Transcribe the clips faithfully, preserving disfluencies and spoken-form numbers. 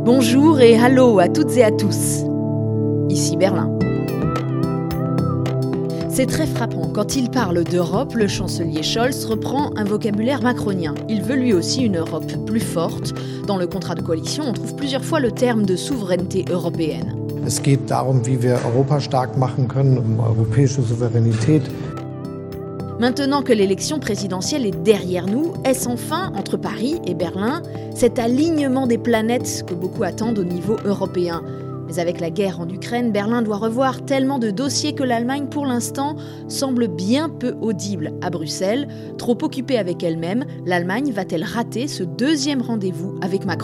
Bonjour et hallo à toutes et à tous. Ici Berlin. C'est très frappant. Quand il parle d'Europe, le chancelier Scholz reprend un vocabulaire macronien. Il veut lui aussi une Europe plus forte. Dans le contrat de coalition, on trouve plusieurs fois le terme de souveraineté européenne. Es geht darum, wie wir Europa stark machen können, um europäische Souveränität. Maintenant que l'élection présidentielle est derrière nous, est-ce enfin, entre Paris et Berlin, cet alignement des planètes que beaucoup attendent au niveau européen ? Mais avec la guerre en Ukraine, Berlin doit revoir tellement de dossiers que l'Allemagne, pour l'instant, semble bien peu audible à Bruxelles. Trop occupée avec elle-même, l'Allemagne va-t-elle rater ce deuxième rendez-vous avec Macron ?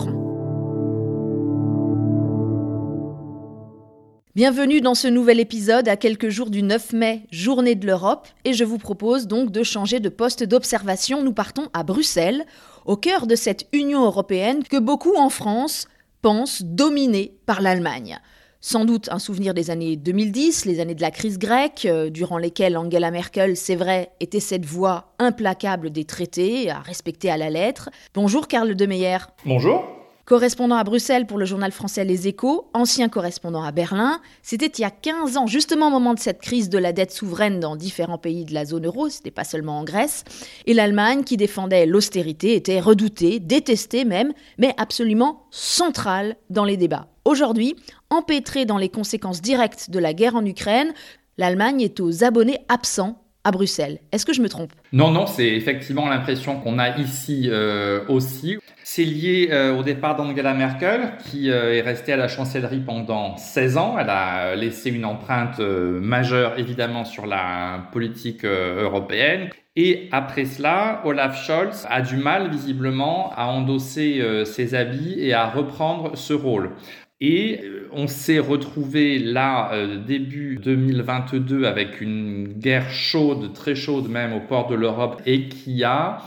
Bienvenue dans ce nouvel épisode à quelques jours du neuf mai, journée de l'Europe, et je vous propose donc de changer de poste d'observation. Nous partons à Bruxelles, au cœur de cette Union européenne que beaucoup en France pensent dominée par l'Allemagne. Sans doute un souvenir des années deux mille dix, les années de la crise grecque, euh, durant lesquelles Angela Merkel, c'est vrai, était cette voix implacable des traités, à respecter à la lettre. Bonjour Karl Demeyer. Bonjour. Correspondant à Bruxelles pour le journal français Les Échos, ancien correspondant à Berlin, c'était il y a quinze ans, justement au moment de cette crise de la dette souveraine dans différents pays de la zone euro, c'était pas seulement en Grèce, et l'Allemagne qui défendait l'austérité était redoutée, détestée même, mais absolument centrale dans les débats. Aujourd'hui, empêtrée dans les conséquences directes de la guerre en Ukraine, l'Allemagne est aux abonnés absents à Bruxelles. Est-ce que je me trompe ? Non, non, c'est effectivement l'impression qu'on a ici euh, aussi. C'est lié euh, au départ d'Angela Merkel, qui euh, est restée à la chancellerie pendant seize ans. Elle a laissé une empreinte euh, majeure, évidemment, sur la politique euh, européenne. Et après cela, Olaf Scholz a du mal, visiblement, à endosser euh, ses habits et à reprendre ce rôle. Et on s'est retrouvé là, euh, début deux mille vingt-deux, avec une guerre chaude, très chaude même, au port de l'Europe, et qui a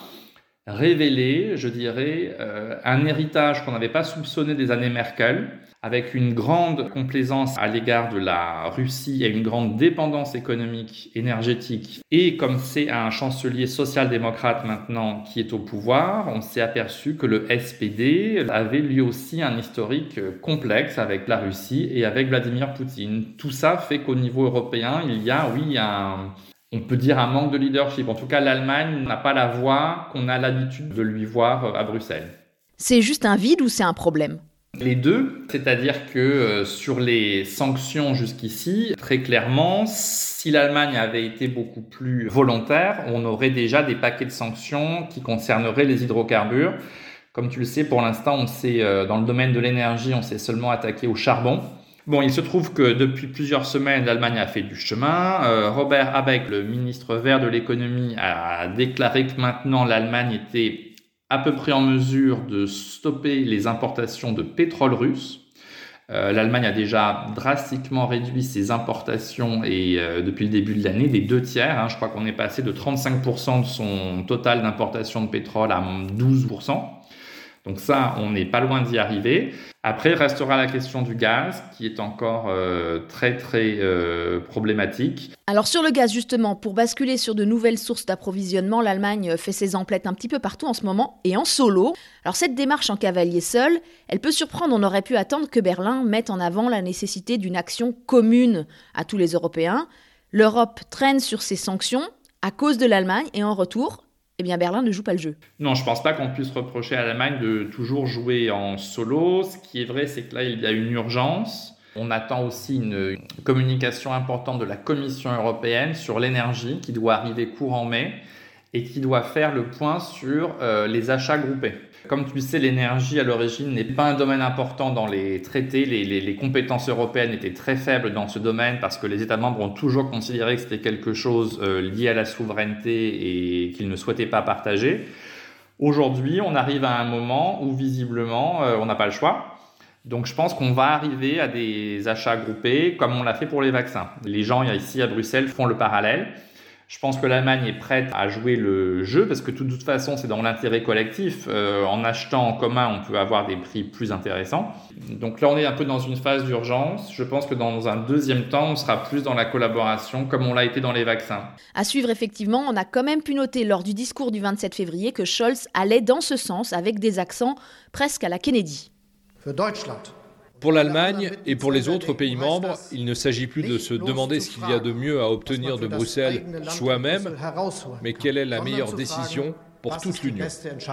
révélé, je dirais, euh, un héritage qu'on n'avait pas soupçonné des années Merkel, avec une grande complaisance à l'égard de la Russie et une grande dépendance économique, énergétique. Et comme c'est un chancelier social-démocrate maintenant qui est au pouvoir, on s'est aperçu que le S P D avait lui aussi un historique complexe avec la Russie et avec Vladimir Poutine. Tout ça fait qu'au niveau européen, il y a, oui, un... on peut dire un manque de leadership. En tout cas, l'Allemagne n'a pas la voix qu'on a l'habitude de lui voir à Bruxelles. C'est juste un vide ou c'est un problème ? Les deux, c'est-à-dire que euh, sur les sanctions jusqu'ici, très clairement, si l'Allemagne avait été beaucoup plus volontaire, on aurait déjà des paquets de sanctions qui concerneraient les hydrocarbures. Comme tu le sais, pour l'instant, on s'est, euh, dans le domaine de l'énergie, on s'est seulement attaqué au charbon. Bon, il se trouve que depuis plusieurs semaines, l'Allemagne a fait du chemin. Euh, Robert Habeck, le ministre vert de l'économie, a déclaré que maintenant l'Allemagne était à peu près en mesure de stopper les importations de pétrole russe. Euh, L'Allemagne a déjà drastiquement réduit ses importations et euh, depuis le début de l'année, des deux tiers. Hein, je crois qu'on est passé de trente-cinq pour cent de son total d'importation de pétrole à douze pour cent. Donc ça, on n'est pas loin d'y arriver. Après, restera la question du gaz, qui est encore euh, très, très euh, problématique. Alors sur le gaz, justement, pour basculer sur de nouvelles sources d'approvisionnement, l'Allemagne fait ses emplettes un petit peu partout en ce moment, et en solo. Alors cette démarche en cavalier seul, elle peut surprendre. On aurait pu attendre que Berlin mette en avant la nécessité d'une action commune à tous les Européens. L'Europe traîne sur ses sanctions à cause de l'Allemagne, et en retour, eh bien Berlin ne joue pas le jeu. Non, je ne pense pas qu'on puisse reprocher à l'Allemagne de toujours jouer en solo. Ce qui est vrai, c'est que là, il y a une urgence. On attend aussi une communication importante de la Commission européenne sur l'énergie qui doit arriver courant mai et qui doit faire le point sur euh, les achats groupés. Comme tu le sais, l'énergie à l'origine n'est pas un domaine important dans les traités. Les, les, les compétences européennes étaient très faibles dans ce domaine parce que les États membres ont toujours considéré que c'était quelque chose euh, lié à la souveraineté et qu'ils ne souhaitaient pas partager. Aujourd'hui, on arrive à un moment où visiblement, euh, on n'a pas le choix. Donc je pense qu'on va arriver à des achats groupés comme on l'a fait pour les vaccins. Les gens ici à Bruxelles font le parallèle. Je pense que l'Allemagne est prête à jouer le jeu parce que de toute façon, c'est dans l'intérêt collectif. Euh, en achetant en commun, on peut avoir des prix plus intéressants. Donc là, on est un peu dans une phase d'urgence. Je pense que dans un deuxième temps, on sera plus dans la collaboration comme on l'a été dans les vaccins. À suivre, effectivement, on a quand même pu noter lors du discours du vingt-sept février que Scholz allait dans ce sens avec des accents presque à la Kennedy. Pour l'Allemagne et pour les autres pays membres, il ne s'agit plus de se demander ce qu'il y a de mieux à obtenir de Bruxelles soi-même, mais quelle est la meilleure décision pour toute l'Union.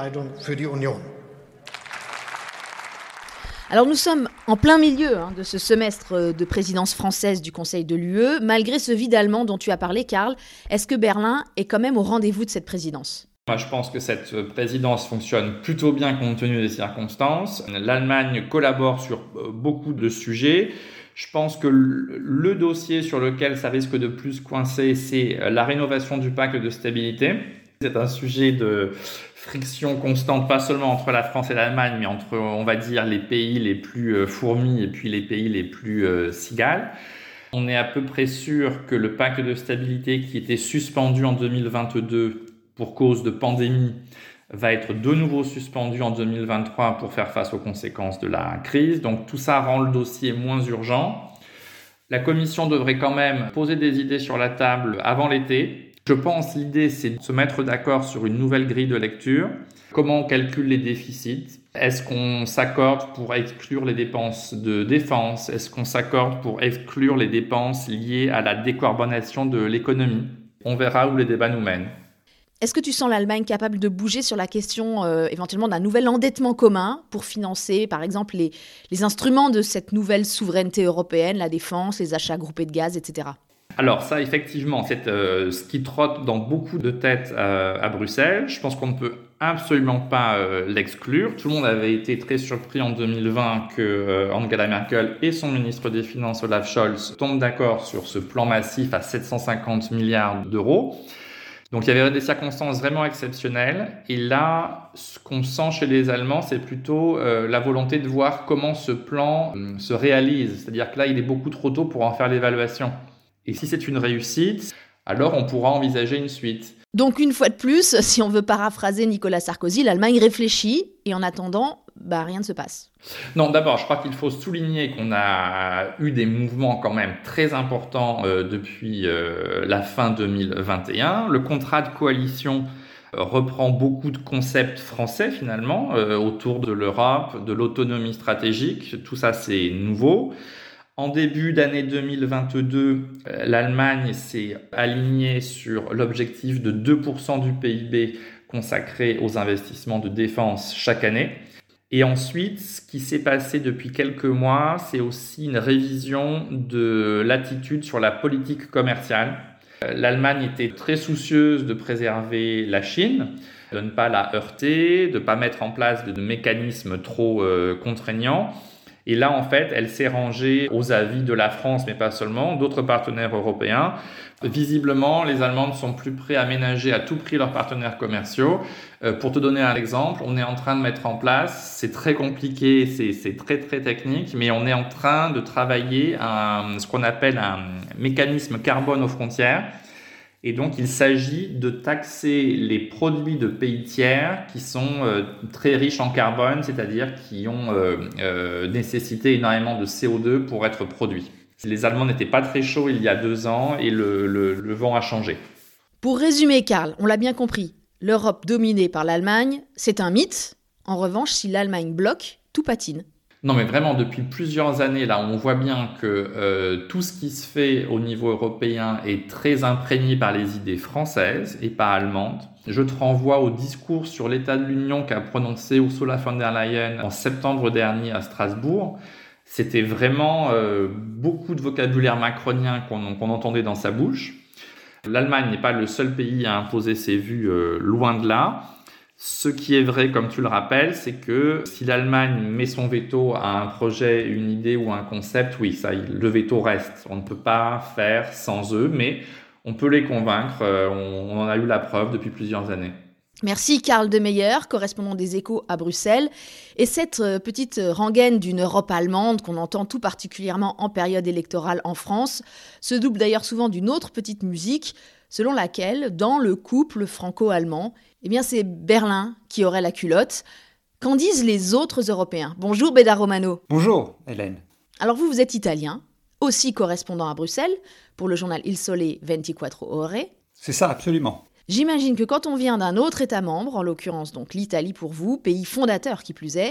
Alors nous sommes en plein milieu hein, de ce semestre de présidence française du Conseil de l'U E. Malgré ce vide allemand dont tu as parlé, Karl, est-ce que Berlin est quand même au rendez-vous de cette présidence ? Moi, je pense que cette présidence fonctionne plutôt bien compte tenu des circonstances. L'Allemagne collabore sur beaucoup de sujets. Je pense que le dossier sur lequel ça risque de plus coincer, c'est la rénovation du pacte de stabilité. C'est un sujet de friction constante, pas seulement entre la France et l'Allemagne, mais entre, on va dire, les pays les plus fourmis et puis les pays les plus euh, cigales. On est à peu près sûr que le pacte de stabilité qui était suspendu en deux mille vingt-deux pour cause de pandémie va être de nouveau suspendu en deux mille vingt-trois pour faire face aux conséquences de la crise. Donc tout ça rend le dossier moins urgent. La Commission devrait quand même poser des idées sur la table avant l'été. Je pense que l'idée, c'est de se mettre d'accord sur une nouvelle grille de lecture. Comment on calcule les déficits ? Est-ce qu'on s'accorde pour exclure les dépenses de défense ? Est-ce qu'on s'accorde pour exclure les dépenses liées à la décarbonation de l'économie ? On verra où les débats nous mènent. Est-ce que tu sens l'Allemagne capable de bouger sur la question euh, éventuellement d'un nouvel endettement commun pour financer, par exemple, les, les instruments de cette nouvelle souveraineté européenne, la défense, les achats groupés de gaz, et cetera ? Alors ça, effectivement, c'est euh, ce qui trotte dans beaucoup de têtes euh, à Bruxelles. Je pense qu'on ne peut absolument pas euh, l'exclure. Tout le monde avait été très surpris en deux mille vingt que euh, Angela Merkel et son ministre des Finances, Olaf Scholz, tombent d'accord sur ce plan massif à sept cent cinquante milliards d'euros. Donc il y avait des circonstances vraiment exceptionnelles. Et là, ce qu'on sent chez les Allemands, c'est plutôt euh, la volonté de voir comment ce plan euh, se réalise. C'est-à-dire que là, il est beaucoup trop tôt pour en faire l'évaluation. Et si c'est une réussite, alors on pourra envisager une suite. Donc une fois de plus, si on veut paraphraser Nicolas Sarkozy, l'Allemagne réfléchit et en attendant, bah, rien ne se passe. Non, d'abord, je crois qu'il faut souligner qu'on a eu des mouvements quand même très importants euh, depuis euh, la fin deux mille vingt et un. Le contrat de coalition euh, reprend beaucoup de concepts français finalement euh, autour de l'Europe, de l'autonomie stratégique. Tout ça, c'est nouveau. En début d'année deux mille vingt-deux, l'Allemagne s'est alignée sur l'objectif de deux pour cent du P I B consacré aux investissements de défense chaque année. Et ensuite, ce qui s'est passé depuis quelques mois, c'est aussi une révision de l'attitude sur la politique commerciale. L'Allemagne était très soucieuse de préserver la Chine, de ne pas la heurter, de ne pas mettre en place de mécanismes trop euh, contraignants. Et là, en fait, elle s'est rangée aux avis de la France, mais pas seulement, d'autres partenaires européens. Visiblement, les Allemands ne sont plus prêts à ménager à tout prix leurs partenaires commerciaux. Euh, pour te donner un exemple, on est en train de mettre en place, c'est très compliqué, c'est, c'est très très technique, mais on est en train de travailler un, ce qu'on appelle un mécanisme carbone aux frontières. Et donc, il s'agit de taxer les produits de pays tiers qui sont euh, très riches en carbone, c'est-à-dire qui ont euh, euh, nécessité énormément de C O deux pour être produits. Les Allemands n'étaient pas très chauds il y a deux ans et le, le, le vent a changé. Pour résumer, Karl, on l'a bien compris, l'Europe dominée par l'Allemagne, c'est un mythe. En revanche, si l'Allemagne bloque, tout patine. Non, mais vraiment, depuis plusieurs années, là, on voit bien que euh, tout ce qui se fait au niveau européen est très imprégné par les idées françaises et pas allemandes. Je te renvoie au discours sur l'état de l'Union qu'a prononcé Ursula von der Leyen en septembre dernier à Strasbourg. C'était vraiment euh, beaucoup de vocabulaire macronien qu'on, qu'on entendait dans sa bouche. L'Allemagne n'est pas le seul pays à imposer ses vues euh, loin de là. Ce qui est vrai, comme tu le rappelles, c'est que si l'Allemagne met son veto à un projet, une idée ou un concept, oui, ça, le veto reste. On ne peut pas faire sans eux, mais on peut les convaincre. On, on en a eu la preuve depuis plusieurs années. Merci Karl Demeyer, correspondant des Échos à Bruxelles. Et cette petite rengaine d'une Europe allemande qu'on entend tout particulièrement en période électorale en France se double d'ailleurs souvent d'une autre petite musique, selon laquelle, dans le couple franco-allemand, eh bien c'est Berlin qui aurait la culotte. Qu'en disent les autres Européens ? Bonjour Bédard Romano. Bonjour Hélène. Alors vous, vous êtes italien, aussi correspondant à Bruxelles, pour le journal Il Sole vingt-quatre Ore. C'est ça, absolument. J'imagine que quand on vient d'un autre État membre, en l'occurrence donc l'Italie pour vous, pays fondateur qui plus est,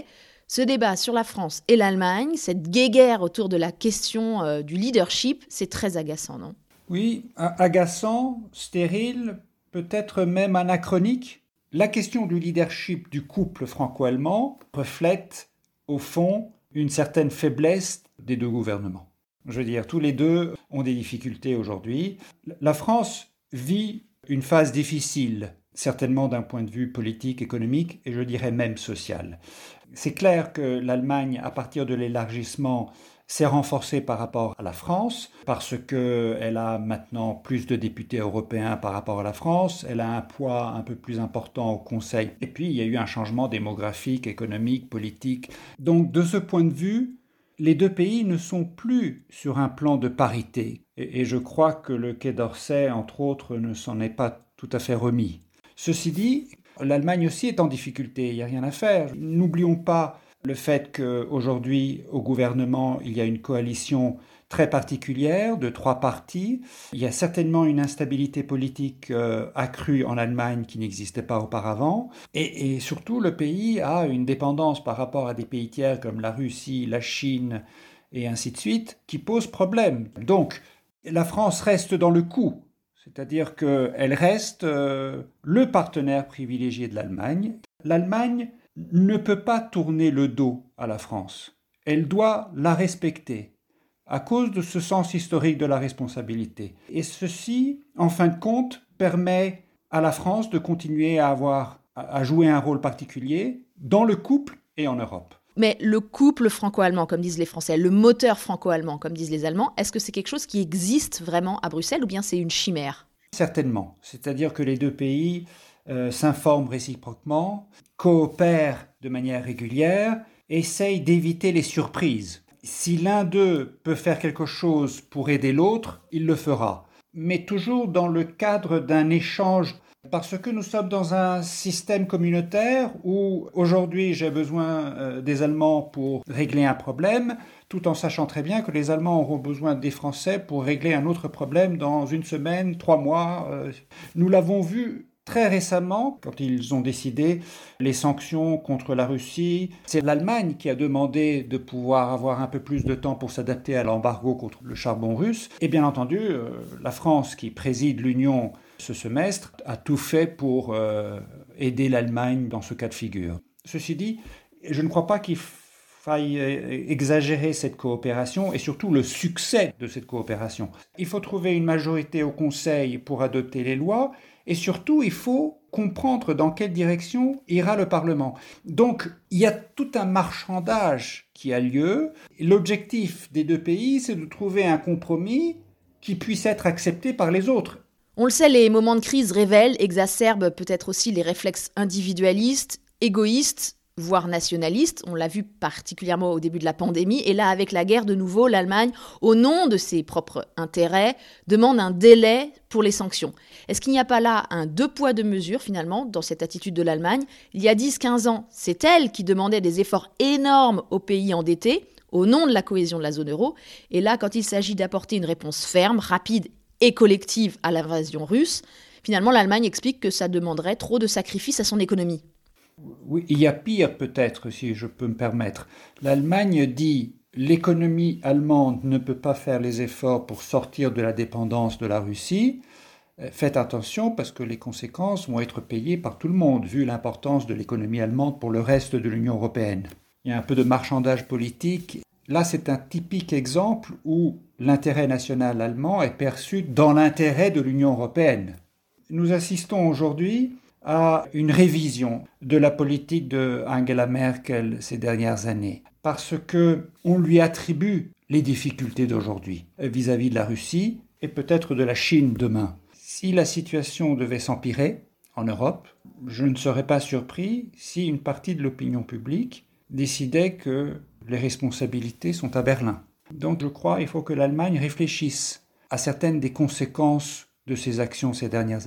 Ce débat sur la France et l'Allemagne, cette guéguerre autour de la question euh, du leadership, c'est très agaçant, non ? Oui, agaçant, stérile, peut-être même anachronique. La question du leadership du couple franco-allemand reflète, au fond, une certaine faiblesse des deux gouvernements. Je veux dire, tous les deux ont des difficultés aujourd'hui. La France vit une phase difficile, certainement d'un point de vue politique, économique et je dirais même social. C'est clair que l'Allemagne, à partir de l'élargissement, s'est renforcée par rapport à la France parce qu'elle a maintenant plus de députés européens par rapport à la France, elle a un poids un peu plus important au Conseil. Et puis, il y a eu un changement démographique, économique, politique. Donc, de ce point de vue, les deux pays ne sont plus sur un plan de parité. Et, et je crois que le Quai d'Orsay, entre autres, ne s'en est pas tout à fait remis. Ceci dit, l'Allemagne aussi est en difficulté, il n'y a rien à faire. N'oublions pas le fait qu'aujourd'hui, au gouvernement, il y a une coalition très particulière de trois partis. Il y a certainement une instabilité politique euh, accrue en Allemagne qui n'existait pas auparavant. Et, et surtout, le pays a une dépendance par rapport à des pays tiers comme la Russie, la Chine et ainsi de suite, qui pose problème. Donc, la France reste dans le coup. C'est-à-dire qu'elle reste euh, le partenaire privilégié de l'Allemagne. L'Allemagne ne peut pas tourner le dos à la France. Elle doit la respecter à cause de ce sens historique de la responsabilité. Et ceci, en fin de compte, permet à la France de continuer à avoir, à jouer un rôle particulier dans le couple et en Europe. Mais le couple franco-allemand, comme disent les Français, le moteur franco-allemand, comme disent les Allemands, est-ce que c'est quelque chose qui existe vraiment à Bruxelles ou bien c'est une chimère ? Certainement. C'est-à-dire que les deux pays euh, s'informent réciproquement, coopèrent de manière régulière, essayent d'éviter les surprises. Si l'un d'eux peut faire quelque chose pour aider l'autre, il le fera. Mais toujours dans le cadre d'un échange. Parce que nous sommes dans un système communautaire où aujourd'hui j'ai besoin euh, des Allemands pour régler un problème, tout en sachant très bien que les Allemands auront besoin des Français pour régler un autre problème dans une semaine, trois mois. Euh, nous l'avons vu très récemment quand ils ont décidé les sanctions contre la Russie. C'est l'Allemagne qui a demandé de pouvoir avoir un peu plus de temps pour s'adapter à l'embargo contre le charbon russe. Et bien entendu, euh, la France qui préside l'Union ce semestre a tout fait pour euh, aider l'Allemagne dans ce cas de figure. Ceci dit, je ne crois pas qu'il faille exagérer cette coopération et surtout le succès de cette coopération. Il faut trouver une majorité au Conseil pour adopter les lois et surtout il faut comprendre dans quelle direction ira le Parlement. Donc il y a tout un marchandage qui a lieu. L'objectif des deux pays, c'est de trouver un compromis qui puisse être accepté par les autres. On le sait, les moments de crise révèlent, exacerbent peut-être aussi les réflexes individualistes, égoïstes, voire nationalistes. On l'a vu particulièrement au début de la pandémie. Et là, avec la guerre, de nouveau, l'Allemagne, au nom de ses propres intérêts, demande un délai pour les sanctions. Est-ce qu'il n'y a pas là un deux poids, deux mesures, finalement, dans cette attitude de l'Allemagne ? Il y a dix à quinze ans, c'est elle qui demandait des efforts énormes aux pays endettés, au nom de la cohésion de la zone euro. Et là, quand il s'agit d'apporter une réponse ferme, rapide et collective à l'invasion russe, finalement l'Allemagne explique que ça demanderait trop de sacrifices à son économie. Oui, il y a pire peut-être, si je peux me permettre. L'Allemagne dit « l'économie allemande ne peut pas faire les efforts pour sortir de la dépendance de la Russie. Faites attention parce que les conséquences vont être payées par tout le monde, vu l'importance de l'économie allemande pour le reste de l'Union européenne. » Il y a un peu de marchandage politique. Là, c'est un typique exemple où l'intérêt national allemand est perçu dans l'intérêt de l'Union européenne. Nous assistons aujourd'hui à une révision de la politique de Angela Merkel ces dernières années, parce qu'on lui attribue les difficultés d'aujourd'hui vis-à-vis de la Russie et peut-être de la Chine demain. Si la situation devait s'empirer en Europe, je ne serais pas surpris si une partie de l'opinion publique décidait que les responsabilités sont à Berlin. Donc je crois qu'il faut que l'Allemagne réfléchisse à certaines des conséquences de ses actions ces dernières années.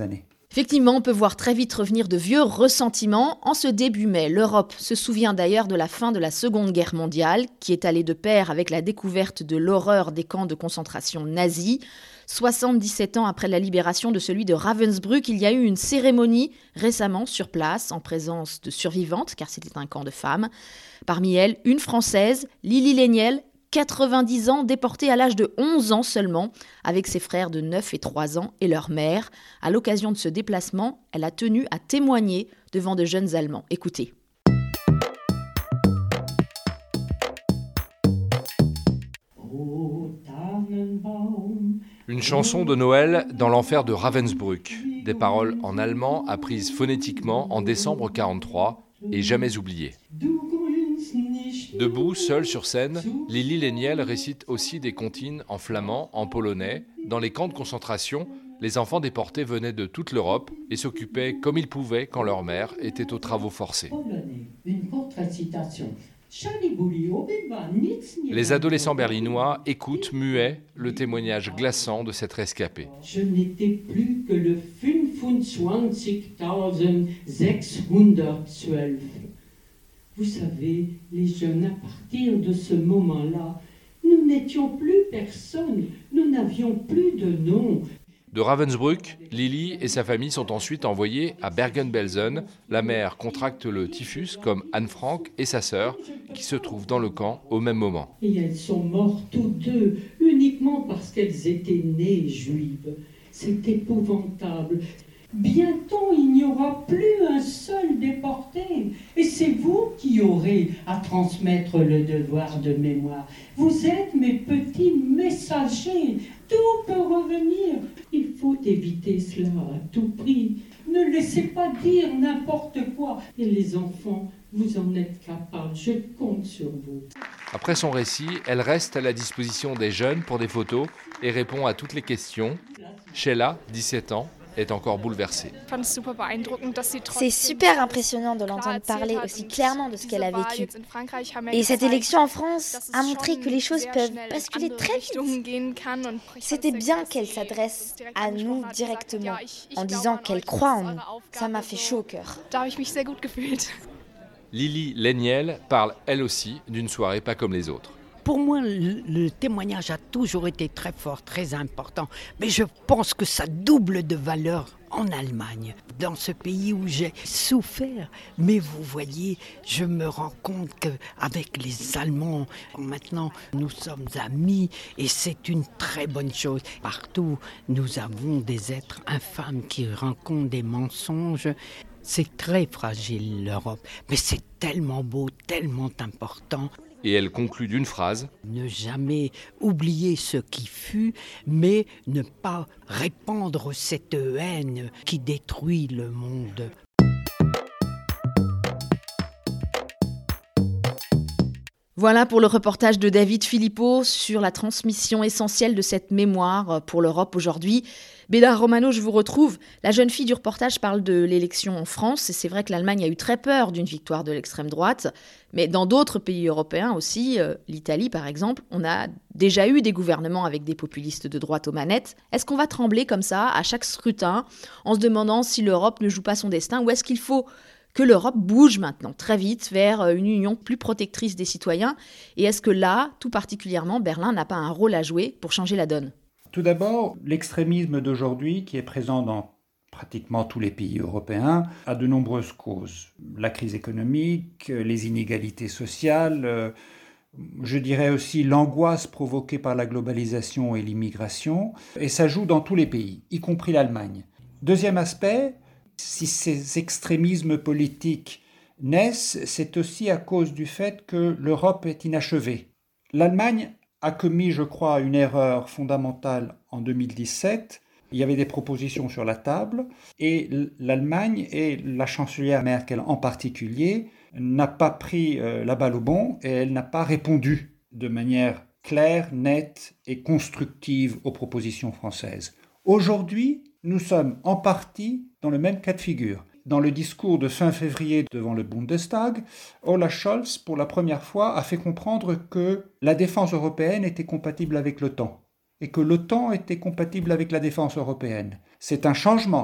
Effectivement, on peut voir très vite revenir de vieux ressentiments. En ce début mai, l'Europe se souvient d'ailleurs de la fin de la Seconde Guerre mondiale, qui est allée de pair avec la découverte de l'horreur des camps de concentration nazis. soixante-dix-sept ans après la libération de celui de Ravensbrück, il y a eu une cérémonie récemment sur place, en présence de survivantes, car c'était un camp de femmes. Parmi elles, une Française, Lili Lenniel, quatre-vingt-dix ans, déportée à l'âge de onze ans seulement, avec ses frères de neuf et trois ans et leur mère. À l'occasion de ce déplacement, elle a tenu à témoigner devant de jeunes Allemands. Écoutez. Une chanson de Noël dans l'enfer de Ravensbrück. Des paroles en allemand apprises phonétiquement en décembre quarante-trois et jamais oubliées. Debout, seule sur scène, Lili Lenniel récite aussi des comptines en flamand, en polonais. Dans les camps de concentration, les enfants déportés venaient de toute l'Europe et s'occupaient comme ils pouvaient quand leur mère était aux travaux forcés. Les adolescents berlinois écoutent muets le témoignage glaçant de cette rescapée. Je n'étais plus que le vingt-cinq mille six cent douze. Vous savez, les jeunes, à partir de ce moment-là, nous n'étions plus personne, nous n'avions plus de nom. De Ravensbrück, Lili et sa famille sont ensuite envoyés à Bergen-Belsen. La mère contracte le typhus comme Anne Frank et sa sœur, qui se trouvent dans le camp au même moment. Et elles sont mortes toutes deux, uniquement parce qu'elles étaient nées juives. C'est épouvantable. Bientôt, il n'y aura plus un seul déporté. Et c'est vous qui aurez à transmettre le devoir de mémoire. Vous êtes mes petits messagers. Tout peut revenir. Il faut éviter cela à tout prix. Ne laissez pas dire n'importe quoi. Et les enfants, vous en êtes capables. Je compte sur vous. Après son récit, elle reste à la disposition des jeunes pour des photos et répond à toutes les questions. Sheila, dix-sept ans, est encore bouleversée. C'est super impressionnant de l'entendre parler aussi clairement de ce qu'elle a vécu. Et cette élection en France a montré que les choses peuvent basculer très vite. C'était bien qu'elle s'adresse à nous directement, en disant qu'elle croit en nous. Ça m'a fait chaud au cœur. Lili Lenniel parle elle aussi d'une soirée pas comme les autres. Pour moi, le, le témoignage a toujours été très fort, très important. Mais je pense que ça double de valeur en Allemagne, dans ce pays où j'ai souffert. Mais vous voyez, je me rends compte qu'avec les Allemands, maintenant, nous sommes amis et c'est une très bonne chose. Partout, nous avons des êtres infâmes qui rencontrent des mensonges. C'est très fragile, l'Europe, mais c'est tellement beau, tellement important. Et elle conclut d'une phrase. Ne jamais oublier ce qui fut, mais ne pas répandre cette haine qui détruit le monde. Voilà pour le reportage de David Philippot sur la transmission essentielle de cette mémoire pour l'Europe aujourd'hui. Bédard Romano, je vous retrouve. La jeune fille du reportage parle de l'élection en France. Et c'est vrai que l'Allemagne a eu très peur d'une victoire de l'extrême droite. Mais dans d'autres pays européens aussi, euh, l'Italie par exemple, on a déjà eu des gouvernements avec des populistes de droite aux manettes. Est-ce qu'on va trembler comme ça à chaque scrutin en se demandant si l'Europe ne joue pas son destin ou est-ce qu'il faut que l'Europe bouge maintenant très vite vers une union plus protectrice des citoyens? Et est-ce que là, tout particulièrement, Berlin n'a pas un rôle à jouer pour changer la donne? Tout d'abord, l'extrémisme d'aujourd'hui, qui est présent dans pratiquement tous les pays européens, a de nombreuses causes. La crise économique, les inégalités sociales, je dirais aussi l'angoisse provoquée par la globalisation et l'immigration, et ça joue dans tous les pays, y compris l'Allemagne. Deuxième aspect, si ces extrémismes politiques naissent, c'est aussi à cause du fait que l'Europe est inachevée. L'Allemagne a commis, je crois, une erreur fondamentale en deux mille dix-sept. Il y avait des propositions sur la table et l'Allemagne et la chancelière Merkel en particulier n'a pas pris la balle au bond et elle n'a pas répondu de manière claire, nette et constructive aux propositions françaises. Aujourd'hui, nous sommes en partie dans le même cas de figure. Dans le discours de fin février devant le Bundestag, Olaf Scholz, pour la première fois, a fait comprendre que la défense européenne était compatible avec l'OTAN et que l'OTAN était compatible avec la défense européenne. C'est un changement.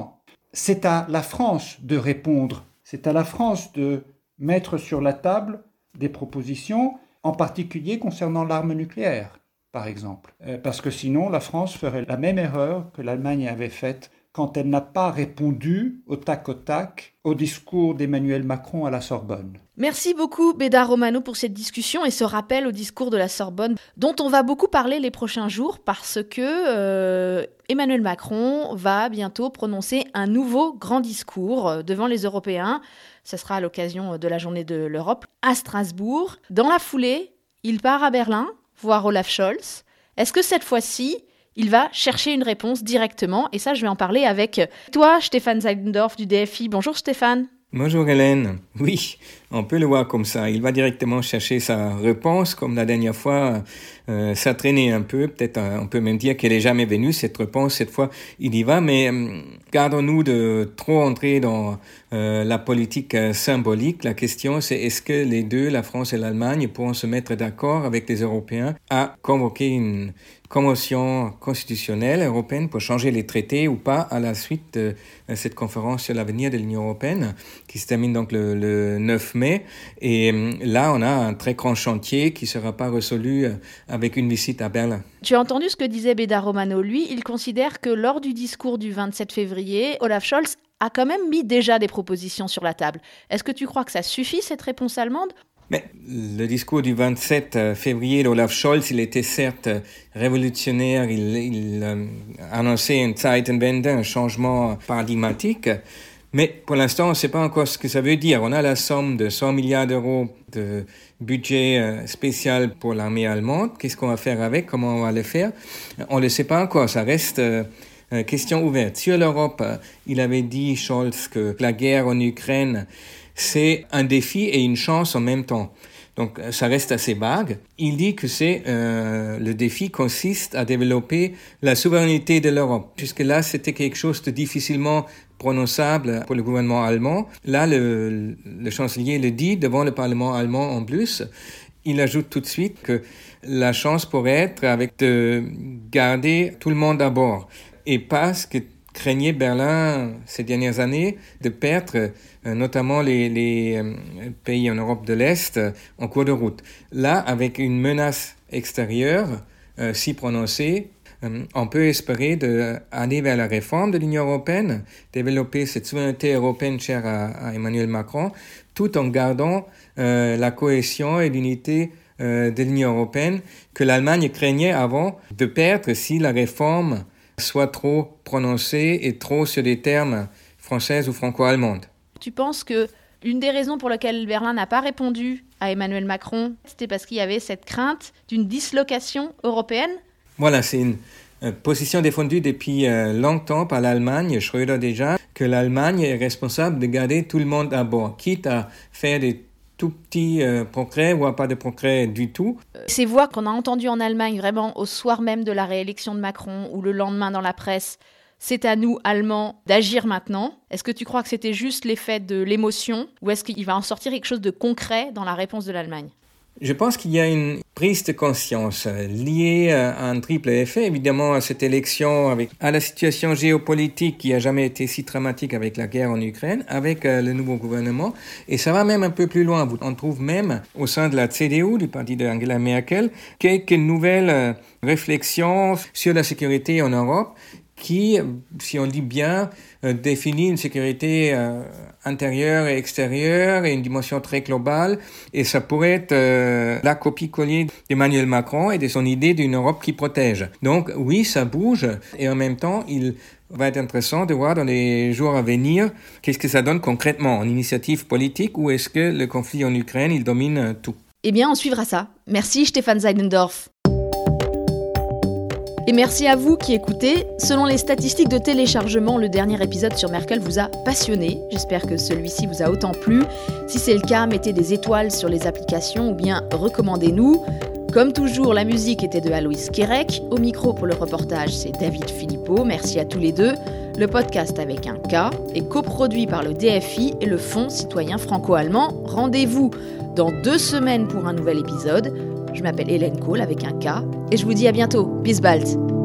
c'est à la France de répondre. C'est à la France de mettre sur la table des propositions, en particulier concernant l'arme nucléaire, par exemple. Euh, parce que sinon, la France ferait la même erreur que l'Allemagne avait faite quand elle n'a pas répondu au tac au tac au discours d'Emmanuel Macron à la Sorbonne. Merci beaucoup Bédard Romano pour cette discussion et ce rappel au discours de la Sorbonne dont on va beaucoup parler les prochains jours parce que euh, Emmanuel Macron va bientôt prononcer un nouveau grand discours devant les Européens. Ce sera à l'occasion de la journée de l'Europe à Strasbourg. Dans la foulée, il part à Berlin voir Olaf Scholz. Est-ce que cette fois-ci, il va chercher une réponse directement? Et ça, je vais en parler avec toi, Stéphane Seidendorf du D F I. Bonjour Stéphane. Bonjour Hélène. Oui, on peut le voir comme ça. Il va directement chercher sa réponse, comme la dernière fois, euh, ça traînait un peu. Peut-être euh, on peut même dire qu'elle n'est jamais venue, cette réponse. Cette fois, il y va. Mais euh, gardons-nous de trop entrer dans euh, la politique euh, symbolique. La question, c'est est-ce que les deux, la France et l'Allemagne, pourront se mettre d'accord avec les Européens à convoquer une convention constitutionnelle européenne pour changer les traités ou pas à la suite de cette conférence sur l'avenir de l'Union européenne qui se termine donc le, le neuf mai. Et là, on a un très grand chantier qui ne sera pas résolu avec une visite à Berlin. Tu as entendu ce que disait Bédard Romano. Lui, il considère que lors du discours du vingt-sept février, Olaf Scholz a quand même mis déjà des propositions sur la table. Est-ce que tu crois que ça suffit, cette réponse allemande ? Mais le discours du vingt-sept février d'Olaf Scholz, il était certes révolutionnaire, il, il euh, annonçait une Zeitenwende, un changement paradigmatique, mais pour l'instant, on ne sait pas encore ce que ça veut dire. On a la somme de cent milliards d'euros de budget euh, spécial pour l'armée allemande. Qu'est-ce qu'on va faire avec? Comment on va le faire? On ne le sait pas encore, ça reste euh, euh, question ouverte. Sur l'Europe, euh, il avait dit, Scholz, que la guerre en Ukraine, c'est un défi et une chance en même temps. Donc, ça reste assez vague. Il dit que c'est euh, le défi consiste à développer la souveraineté de l'Europe. Jusque-là, c'était quelque chose de difficilement prononçable pour le gouvernement allemand. Là, le, le chancelier le dit devant le Parlement allemand en plus. Il ajoute tout de suite que la chance pourrait être avec de garder tout le monde à bord. Et parce que craignait Berlin ces dernières années de perdre euh, notamment les, les euh, pays en Europe de l'Est euh, en cours de route. Là, avec une menace extérieure euh, si prononcée, euh, on peut espérer d'aller vers la réforme de l'Union européenne, développer cette souveraineté européenne chère à, à Emmanuel Macron, tout en gardant euh, la cohésion et l'unité euh, de l'Union européenne que l'Allemagne craignait avant de perdre si la réforme soit trop prononcée et trop sur des termes françaises ou franco-allemandes. Tu penses que l'une des raisons pour lesquelles Berlin n'a pas répondu à Emmanuel Macron, c'était parce qu'il y avait cette crainte d'une dislocation européenne? Voilà, c'est une euh, position défendue depuis euh, longtemps par l'Allemagne, Schröder déjà, que l'Allemagne est responsable de garder tout le monde à bord, quitte à faire des tout petits euh, progrès, voire pas de progrès du tout. Ces voix qu'on a entendues en Allemagne vraiment au soir même de la réélection de Macron ou le lendemain dans la presse, c'est à nous, Allemands, d'agir maintenant. Est-ce que tu crois que c'était juste l'effet de l'émotion ou est-ce qu'il va en sortir quelque chose de concret dans la réponse de l'Allemagne ? Je pense qu'il y a une prise de conscience liée à un triple effet, évidemment à cette élection, avec, à la situation géopolitique qui n'a jamais été si dramatique avec la guerre en Ukraine, avec euh, le nouveau gouvernement. Et ça va même un peu plus loin. On trouve même au sein de la C D U, du parti d'Angela Merkel, quelques nouvelles euh, réflexions sur la sécurité en Europe qui, si on dit bien, euh, définit une sécurité euh, intérieure et extérieure et une dimension très globale. Et ça pourrait être euh, la copie-coller d'Emmanuel Macron et de son idée d'une Europe qui protège. Donc oui, ça bouge et en même temps, il va être intéressant de voir dans les jours à venir qu'est-ce que ça donne concrètement en initiative politique ou est-ce que le conflit en Ukraine, il domine tout. Eh bien, on suivra ça. Merci Stéphane Seidendorf. Et merci à vous qui écoutez. Selon les statistiques de téléchargement, le dernier épisode sur Merkel vous a passionné. J'espère que celui-ci vous a autant plu. Si c'est le cas, mettez des étoiles sur les applications ou bien recommandez-nous. Comme toujours, la musique était de Aloïs Kerek. Au micro pour le reportage, c'est David Philippot. Merci à tous les deux. Le podcast avec un K est coproduit par le D F I et le Fonds citoyen franco-allemand. Rendez-vous dans deux semaines pour un nouvel épisode. Je m'appelle Hélène Kohl avec un K et je vous dis à bientôt. Bis bald.